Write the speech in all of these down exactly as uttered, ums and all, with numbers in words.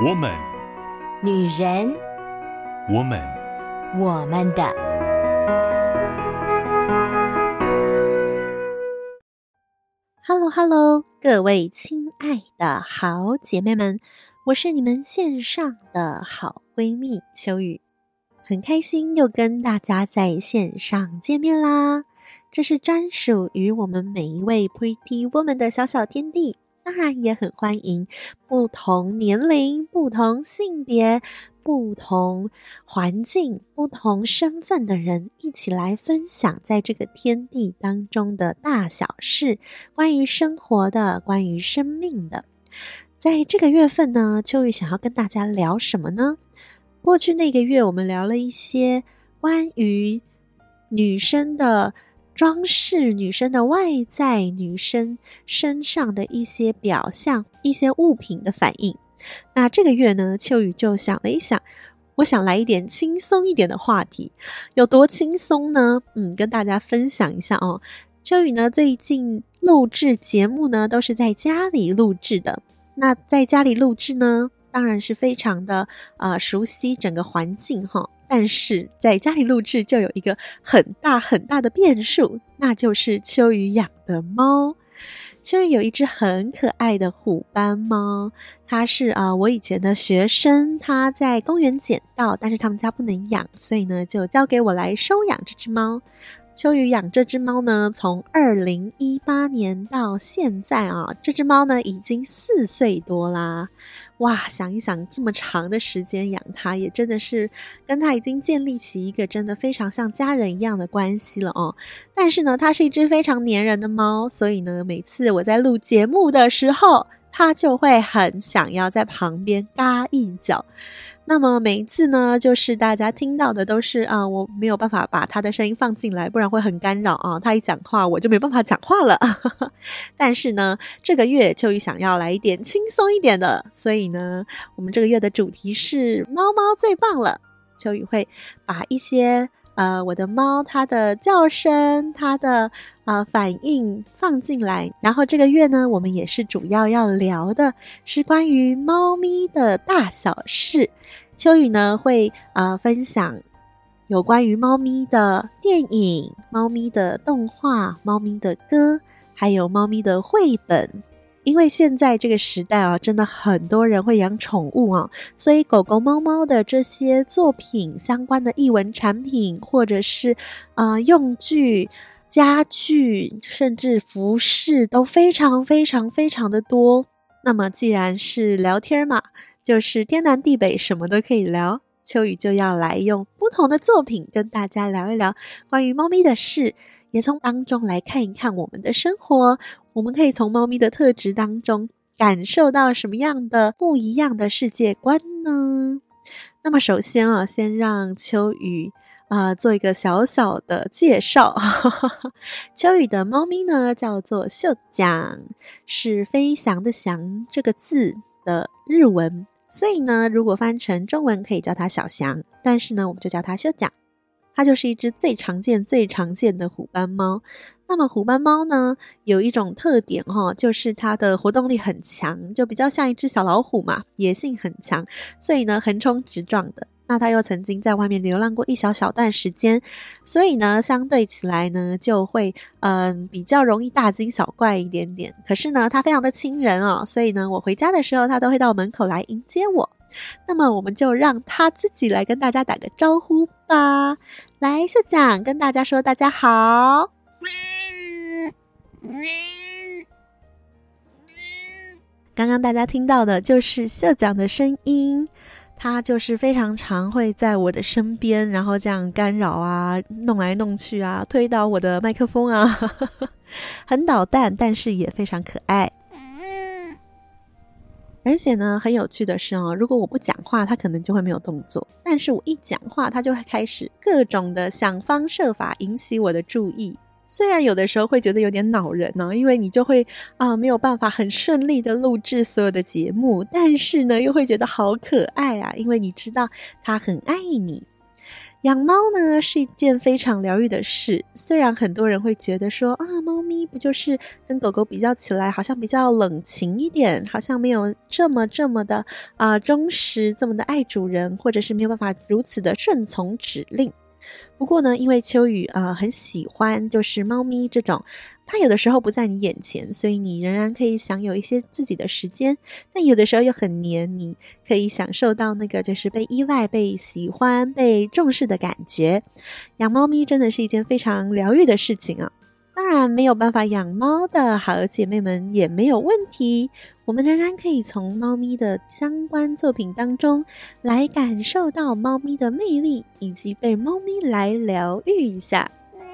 我们， 女人， 我们， 我们的。 Hello Hello， 各位亲爱的好姐妹们，我是你们线上的好闺蜜秋雨，很开心又跟大家在线上见面啦。这是专属于我们每一位 Pretty Woman 的小小天地，当然也很欢迎不同年龄、不同性别、不同环境、不同身份的人一起来分享在这个天地当中的大小事，关于生活的，关于生命的。在这个月份呢，秋雨想要跟大家聊什么呢？过去那个月我们聊了一些关于女生的装饰，女生的外在，女生身上的一些表象，一些物品的反应。那这个月呢，秋雨就想了一想，我想来一点轻松一点的话题。有多轻松呢？嗯，跟大家分享一下哦。秋雨呢，最近录制节目呢，都是在家里录制的。那在家里录制呢，当然是非常的呃熟悉整个环境哈。但是在家里录制就有一个很大很大的变数，那就是秋雨养的猫。秋雨有一只很可爱的虎斑猫，它是啊、呃、我以前的学生，他在公园捡到，但是他们家不能养，所以呢就交给我来收养这只猫。秋雨养这只猫呢，从二零一八年到现在啊，这只猫呢已经四岁多啦。哇，想一想这么长的时间养它，也真的是跟它已经建立起一个真的非常像家人一样的关系了哦。但是呢，它是一只非常黏人的猫，所以呢，每次我在录节目的时候，它就会很想要在旁边嘎一脚。那么每一次呢，就是大家听到的都是啊、呃，我没有办法把他的声音放进来，不然会很干扰啊。他一讲话我就没办法讲话了。但是呢，这个月秋雨想要来一点轻松一点的，所以呢，我们这个月的主题是猫猫最棒了。秋雨会把一些呃我的猫它的叫声、它的呃反应放进来，然后这个月呢，我们也是主要要聊的是关于猫咪的大小事。秋雨呢会呃分享有关于猫咪的电影、猫咪的动画、猫咪的歌，还有猫咪的绘本。因为现在这个时代啊，真的很多人会养宠物啊，所以狗狗猫猫的这些作品相关的艺文产品，或者是呃用具、家具，甚至服饰都非常非常非常的多。那么既然是聊天嘛，就是天南地北什么都可以聊，秋雨就要来用不同的作品跟大家聊一聊关于猫咪的事，也从当中来看一看我们的生活。我们可以从猫咪的特质当中感受到什么样的不一样的世界观呢？那么首先啊，先让秋雨呃做一个小小的介绍。秋雨的猫咪呢叫做秀奖，是飞翔的翔这个字的日文，所以呢如果翻成中文可以叫它小翔，但是呢我们就叫它秀奖。它就是一只最常见最常见的虎斑猫。那么虎斑猫呢有一种特点齁，就是它的活动力很强，就比较像一只小老虎嘛，野性很强，所以呢横冲直撞的。那它又曾经在外面流浪过一小小段时间，所以呢相对起来呢就会嗯比较容易大惊小怪一点点。可是呢它非常的亲人哦，所以呢我回家的时候它都会到门口来迎接我。那么我们就让他自己来跟大家打个招呼吧。来，秀奖跟大家说大家好。刚刚大家听到的就是秀奖的声音，他就是非常常会在我的身边，然后这样干扰啊，弄来弄去啊，推倒我的麦克风啊，很捣蛋，但是也非常可爱。而且呢很有趣的是哦，如果我不讲话他可能就会没有动作，但是我一讲话他就会开始各种的想方设法引起我的注意。虽然有的时候会觉得有点恼人哦，因为你就会啊、呃、没有办法很顺利的录制所有的节目，但是呢又会觉得好可爱啊，因为你知道他很爱你。 养猫呢是一件非常疗愈的事，虽然很多人会觉得说啊，猫咪不就是跟狗狗比较起来好像比较冷情一点，好像没有这么这么的啊、呃、忠实，这么的爱主人，或者是没有办法如此的顺从指令。不过呢，因为秋雨啊、呃、很喜欢就是猫咪这种，它有的时候不在你眼前，所以你仍然可以享有一些自己的时间，但有的时候又很黏你，可以享受到那个就是被依赖、被喜欢、被重视的感觉。养猫咪真的是一件非常疗愈的事情啊。当然没有办法养猫的好姐妹们也没有问题，我们仍然可以从猫咪的相关作品当中来感受到猫咪的魅力，以及被猫咪来疗愈一下。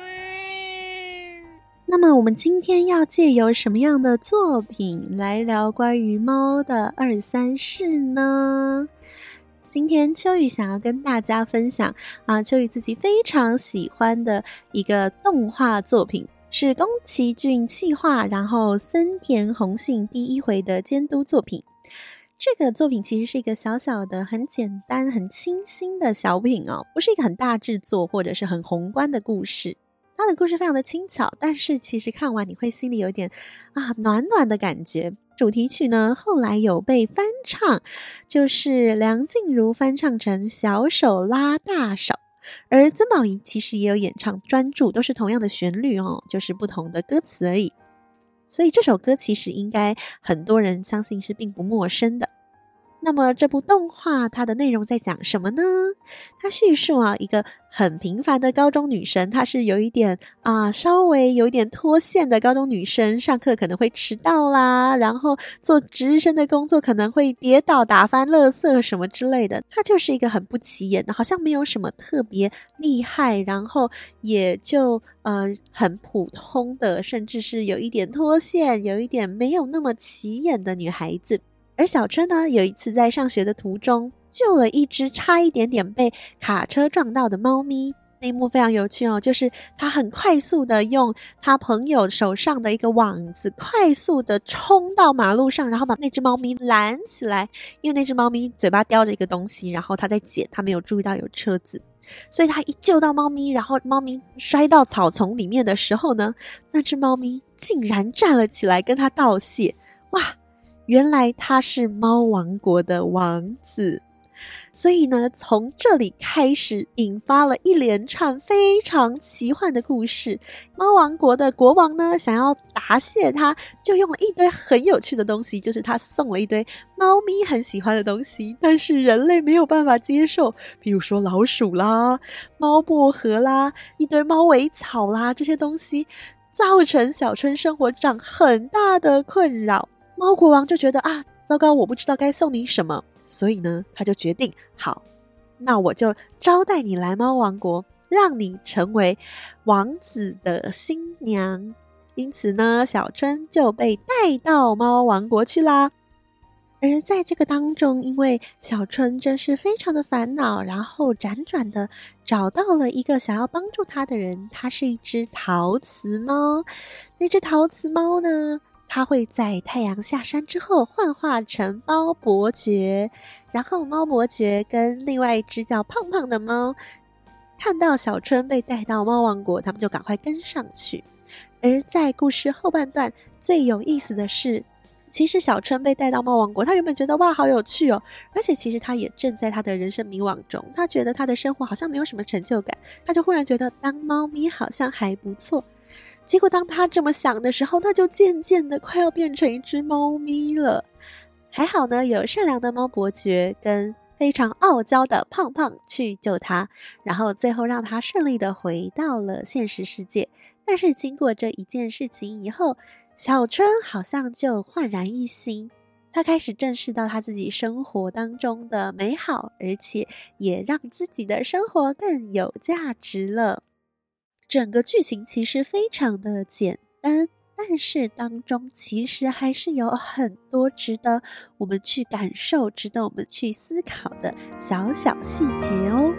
那么我们今天要借由什么样的作品来聊关于猫的二三事呢？今天秋雨想要跟大家分享啊，秋雨自己非常喜欢的一个动画作品，是宫崎骏企划，然后森田弘信第一回的监督作品。这个作品其实是一个小小的、很简单、很清新的小品哦，不是一个很大制作或者是很宏观的故事。它的故事非常的轻巧，但是其实看完你会心里有点啊暖暖的感觉。主题曲呢后来有被翻唱，就是梁静茹翻唱成小手拉大手，而曾宝仪其实也有演唱专注，都是同样的旋律哦，就是不同的歌词而已。所以这首歌其实应该很多人相信是并不陌生的。那么这部动画它的内容在讲什么呢？它叙述啊一个很平凡的高中女生，她是有一点啊稍微有一点脱线的高中女生，上课可能会迟到啦，然后做值日生的工作可能会跌倒打翻垃圾什么之类的。她就是一个很不起眼的，好像没有什么特别厉害，然后也就呃很普通的，甚至是有一点脱线，有一点没有那么起眼的女孩子。而小春呢，有一次在上学的途中救了一只差一点点被卡车撞到的猫咪。那一幕非常有趣哦，就是他很快速的用他朋友手上的一个网子快速的冲到马路上，然后把那只猫咪拦起来，因为那只猫咪嘴巴叼着一个东西，然后他在捡，他没有注意到有车子，所以他一救到猫咪，然后猫咪摔到草丛里面的时候呢，那只猫咪竟然站了起来跟他道谢。哇，原来他是猫王国的王子。所以呢，从这里开始引发了一连串非常奇幻的故事。猫王国的国王呢，想要答谢他，就用了一堆很有趣的东西，就是他送了一堆猫咪很喜欢的东西，但是人类没有办法接受，比如说老鼠啦、猫薄荷啦、一堆猫尾草啦，这些东西造成小春生活上很大的困扰。猫国王就觉得啊，糟糕，我不知道该送你什么，所以呢，他就决定，好，那我就招待你来猫王国，让你成为王子的新娘。因此呢，小春就被带到猫王国去啦。而在这个当中，因为小春真是非常的烦恼，然后辗转的找到了一个想要帮助他的人，他是一只陶瓷猫。那只陶瓷猫呢，它会在太阳下山之后幻化成猫伯爵，然后猫伯爵跟另外一只叫胖胖的猫看到小春被带到猫王国，他们就赶快跟上去。而在故事后半段最有意思的是，其实小春被带到猫王国，他原本觉得哇好有趣哦，而且其实他也正在他的人生迷惘中，他觉得他的生活好像没有什么成就感，他就忽然觉得当猫咪好像还不错。结果当他这么想的时候，他就渐渐的快要变成一只猫咪了。还好呢，有善良的猫伯爵跟非常傲娇的胖胖去救他，然后最后让他顺利的回到了现实世界。但是经过这一件事情以后，小春好像就焕然一新，他开始正视到他自己生活当中的美好，而且也让自己的生活更有价值了。整个剧情其实非常的简单，但是当中其实还是有很多值得我们去感受、值得我们去思考的小小细节哦。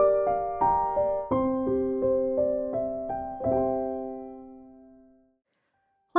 欢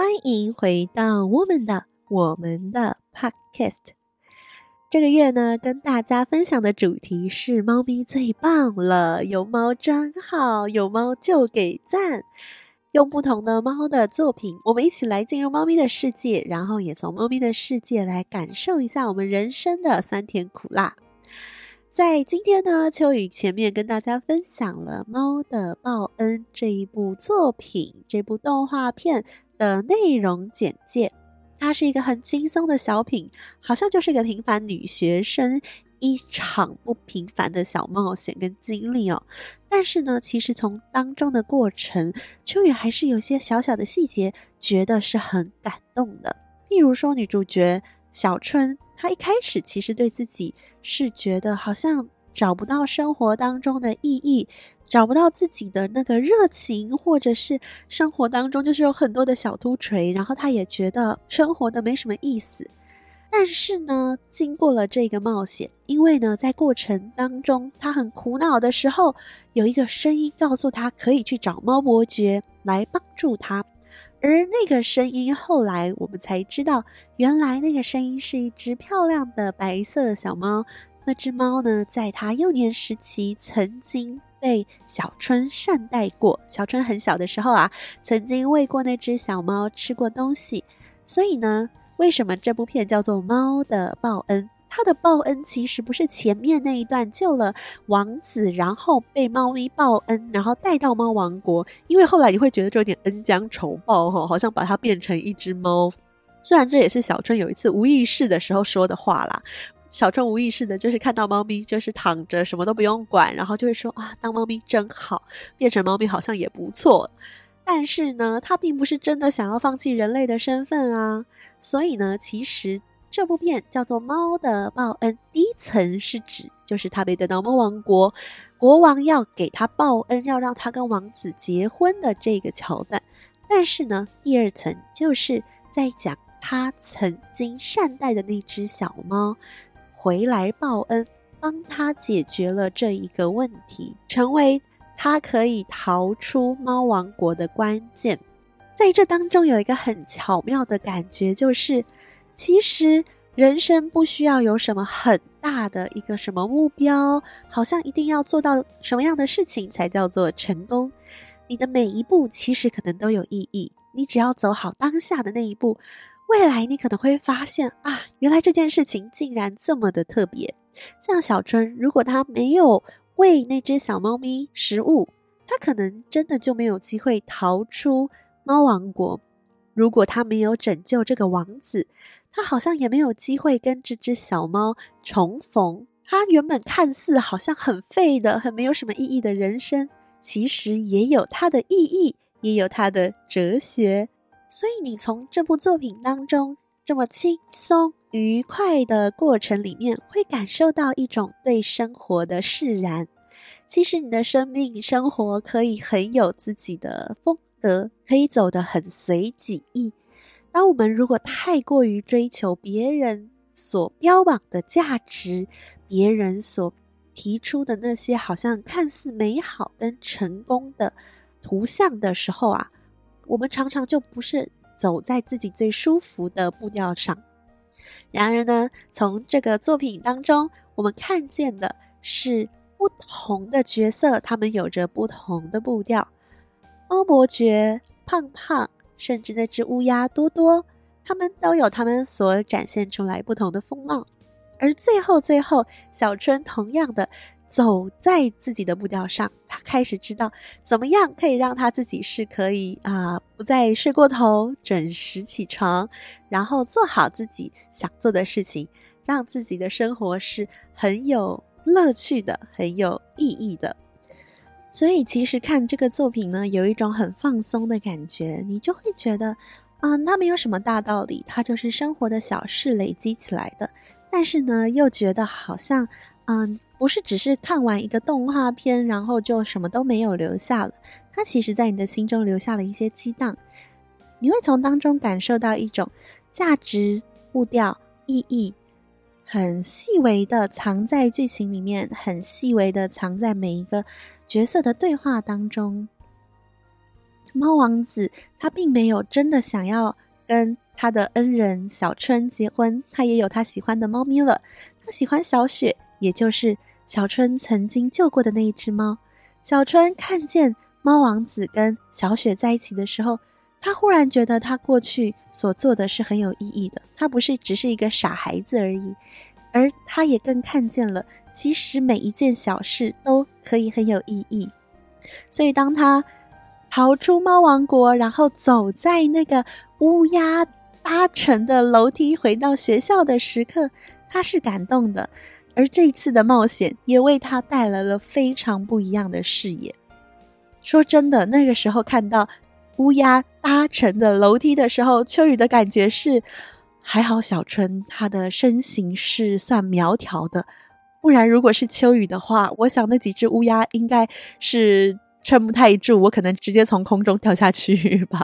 欢迎回到我们的我们的 Podcast。 这个月呢，跟大家分享的主题是猫咪最棒了，有猫真好，有猫就给赞。用不同的猫的作品，我们一起来进入猫咪的世界，然后也从猫咪的世界来感受一下我们人生的酸甜苦辣。在今天呢，秋雨前面跟大家分享了《猫的报恩》这一部作品，这部动画片的内容简介。它是一个很轻松的小品，好像就是一个平凡女学生一场不平凡的小冒险跟经历哦。但是呢，其实从当中的过程，秋雨还是有些小小的细节觉得是很感动的。譬如说女主角小春，她一开始其实对自己是觉得好像找不到生活当中的意义，找不到自己的那个热情，或者是生活当中就是有很多的小突锤，然后她也觉得生活的没什么意思。但是呢，经过了这个冒险，因为呢在过程当中她很苦恼的时候，有一个声音告诉她可以去找猫伯爵来帮助她。而那个声音后来我们才知道，原来那个声音是一只漂亮的白色小猫。那只猫呢，在它幼年时期曾经被小春善待过，小春很小的时候啊，曾经喂过那只小猫吃过东西。所以呢，为什么这部片叫做猫的报恩？它的报恩其实不是前面那一段救了王子，然后被猫咪报恩，然后带到猫王国，因为后来你会觉得这有点恩将仇报，好像把它变成一只猫。虽然这也是小春有一次无意识的时候说的话啦，小春无意识的就是看到猫咪就是躺着什么都不用管，然后就会说啊，当猫咪真好，变成猫咪好像也不错。但是呢，他并不是真的想要放弃人类的身份啊。所以呢，其实这部片叫做猫的报恩，第一层是指就是他被带到猫王国，国王要给他报恩，要让他跟王子结婚的这个桥段。但是呢，第二层就是在讲他曾经善待的那只小猫回来报恩，帮他解决了这一个问题，成为他可以逃出猫王国的关键。在这当中有一个很巧妙的感觉，就是其实人生不需要有什么很大的一个什么目标，好像一定要做到什么样的事情才叫做成功。你的每一步其实可能都有意义，你只要走好当下的那一步，未来你可能会发现啊，原来这件事情竟然这么的特别。像小春，如果他没有喂那只小猫咪食物，他可能真的就没有机会逃出猫王国。如果他没有拯救这个王子，他好像也没有机会跟这只小猫重逢。他原本看似好像很废的很没有什么意义的人生，其实也有它的意义，也有它的哲学。所以你从这部作品当中这么轻松愉快的过程里面，会感受到一种对生活的释然。其实你的生命生活可以很有自己的风格，可以走得很随己意。当我们如果太过于追求别人所标榜的价值，别人所提出的那些好像看似美好跟成功的图像的时候啊，我们常常就不是走在自己最舒服的步调上。然而呢，从这个作品当中，我们看见的是不同的角色，他们有着不同的步调。猫伯爵、胖胖，甚至那只乌鸦多多，他们都有他们所展现出来不同的风貌。而最后最后，小春同样的走在自己的步调上，他开始知道怎么样可以让他自己是可以啊、呃，不再睡过头，准时起床，然后做好自己想做的事情，让自己的生活是很有乐趣的，很有意义的。所以其实看这个作品呢，有一种很放松的感觉，你就会觉得嗯，它没有什么大道理，它就是生活的小事累积起来的。但是呢，又觉得好像嗯，不是只是看完一个动画片然后就什么都没有留下了，它其实在你的心中留下了一些激荡。你会从当中感受到一种价值、步调、意义，很细微的藏在剧情里面，很细微的藏在每一个角色的对话当中。 猫王子他并没有真的想要跟他的恩人小春结婚，他也有他喜欢的猫咪了。他喜欢小雪，也就是小春曾经救过的那一只猫。小春看见猫王子跟小雪在一起的时候，他忽然觉得他过去所做的是很有意义的，他不是只是一个傻孩子而已，而他也更看见了其实每一件小事都可以很有意义。所以当他逃出猫王国，然后走在那个乌鸦搭成的楼梯回到学校的时刻，他是感动的，而这一次的冒险也为他带来了非常不一样的视野。说真的，那个时候看到乌鸦搭成的楼梯的时候，秋雨的感觉是还好小春他的身形是算苗条的，不然如果是秋雨的话，我想那几只乌鸦应该是撑不太住，我可能直接从空中掉下去吧。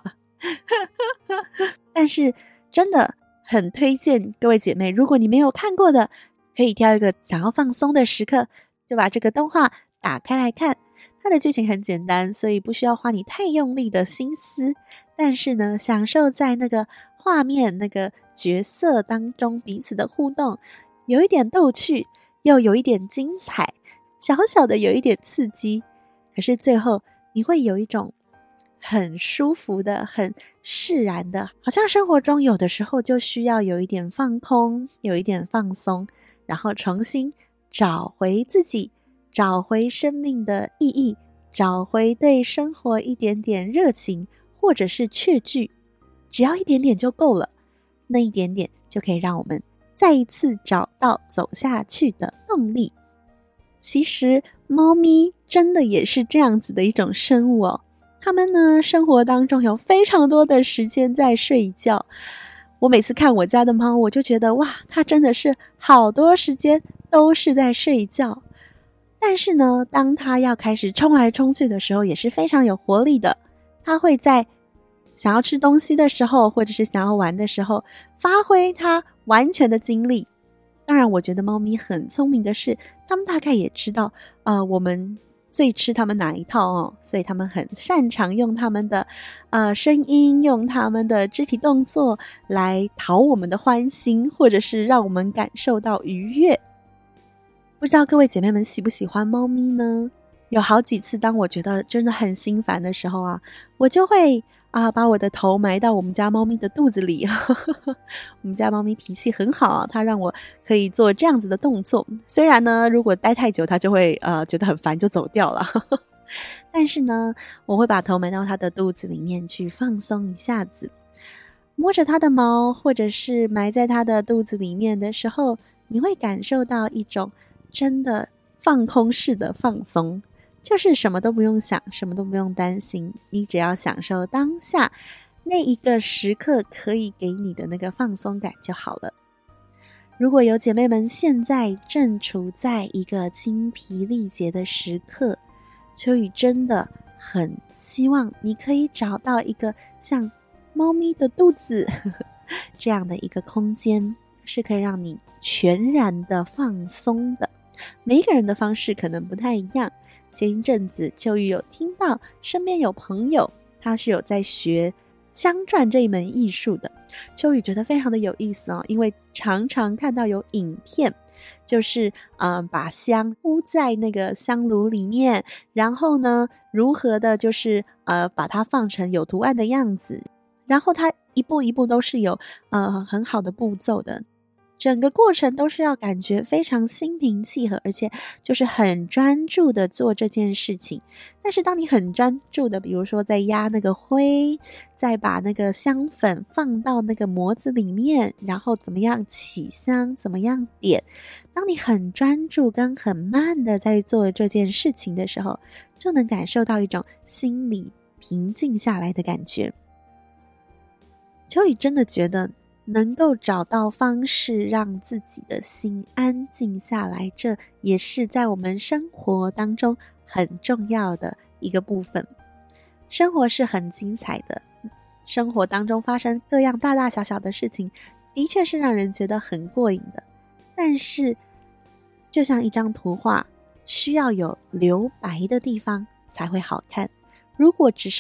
但是真的很推荐各位姐妹，如果你没有看过的，可以挑一个想要放松的时刻，就把这个动画打开来看。它的剧情很简单，所以不需要花你太用力的心思，但是呢，享受在那个画面那个角色当中彼此的互动，有一点逗趣，又有一点精彩，小小的有一点刺激，可是最后你会有一种很舒服的很释然的，好像生活中有的时候就需要有一点放空，有一点放松，然后重新找回自己，找回生命的意义，找回对生活一点点热情或者是确据，只要一点点就够了，那一点点就可以让我们再一次找到走下去的动力。其实猫咪真的也是这样子的一种生物哦，它们呢生活当中有非常多的时间在睡觉。我每次看我家的猫，我就觉得哇，它真的是好多时间都是在睡觉。但是呢，当它要开始冲来冲去的时候，也是非常有活力的。它会在想要吃东西的时候，或者是想要玩的时候，发挥它完全的精力。当然我觉得猫咪很聪明的是，它们大概也知道呃，我们最吃它们哪一套哦，所以它们很擅长用它们的呃声音，用它们的肢体动作来讨我们的欢心，或者是让我们感受到愉悦。不知道各位姐妹们喜不喜欢猫咪呢？有好几次当我觉得真的很心烦的时候啊，我就会啊把我的头埋到我们家猫咪的肚子里。我们家猫咪脾气很好啊，它让我可以做这样子的动作。虽然呢，如果待太久它就会呃觉得很烦就走掉了。但是呢，我会把头埋到它的肚子里面去放松一下子，摸着它的毛，或者是埋在它的肚子里面的时候，你会感受到一种真的放空式的放松，就是什么都不用想，什么都不用担心，你只要享受当下那一个时刻可以给你的那个放松感就好了。如果有姐妹们现在正处在一个精疲力竭的时刻，秋雨真的很希望你可以找到一个像猫咪的肚子呵呵这样的一个空间，是可以让你全然的放松的。每一个人的方式可能不太一样，前一阵子秋雨有听到身边有朋友他是有在学香篆这一门艺术的，秋雨觉得非常的有意思哦，因为常常看到有影片，就是嗯、呃，把香铺在那个香炉里面，然后呢如何的就是呃把它放成有图案的样子，然后它一步一步都是有呃很好的步骤的，整个过程都是要感觉非常心平气和，而且就是很专注的做这件事情。但是当你很专注的，比如说在压那个灰，再把那个香粉放到那个模子里面，然后怎么样起香，怎么样点，当你很专注跟很慢的在做这件事情的时候，就能感受到一种心理平静下来的感觉。秋雨真的觉得能够找到方式让自己的心安静下来，这也是在我们生活当中很重要的一个部分。生活是很精彩的，生活当中发生各样大大小小的事情，的确是让人觉得很过瘾的。但是就像一张图画，需要有留白的地方才会好看。如果只是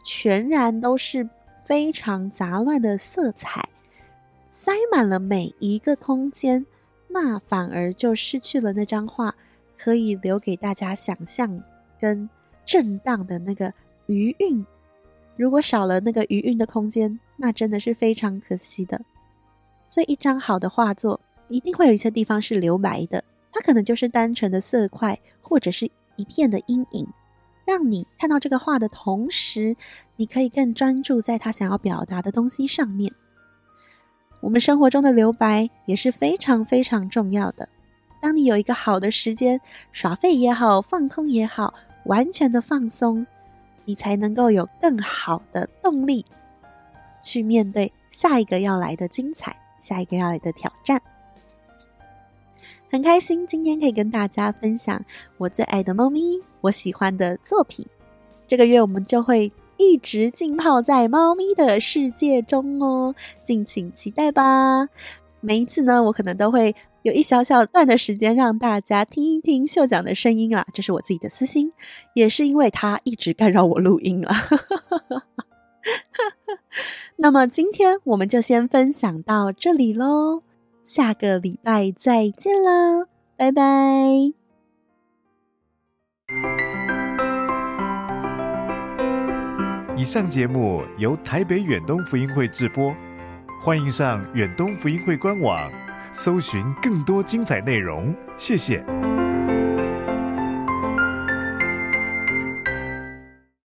全然都是非常杂乱的色彩，塞满了每一个空间，那反而就失去了那张画可以留给大家想象跟震荡的那个余韵。如果少了那个余韵的空间，那真的是非常可惜的。所以一张好的画作一定会有一些地方是留白的，它可能就是单纯的色块或者是一片的阴影，让你看到这个画的同时，你可以更专注在他想要表达的东西上面。我们生活中的留白也是非常非常重要的。当你有一个好的时间，耍废也好，放空也好，完全的放松，你才能够有更好的动力去面对下一个要来的精彩，下一个要来的挑战。很开心今天可以跟大家分享我最爱的猫咪，我喜欢的作品。这个月我们就会一直浸泡在猫咪的世界中哦，敬请期待吧。每一次呢，我可能都会有一小小段的时间让大家听一听秀讲的声音啦，这是我自己的私心，也是因为他一直干扰我录音啦。那么今天我们就先分享到这里咯，下个礼拜再见啦，拜拜。 以上节目由台北远东福音会制播，欢迎上远东福音会官网搜寻更多精彩内容，谢谢。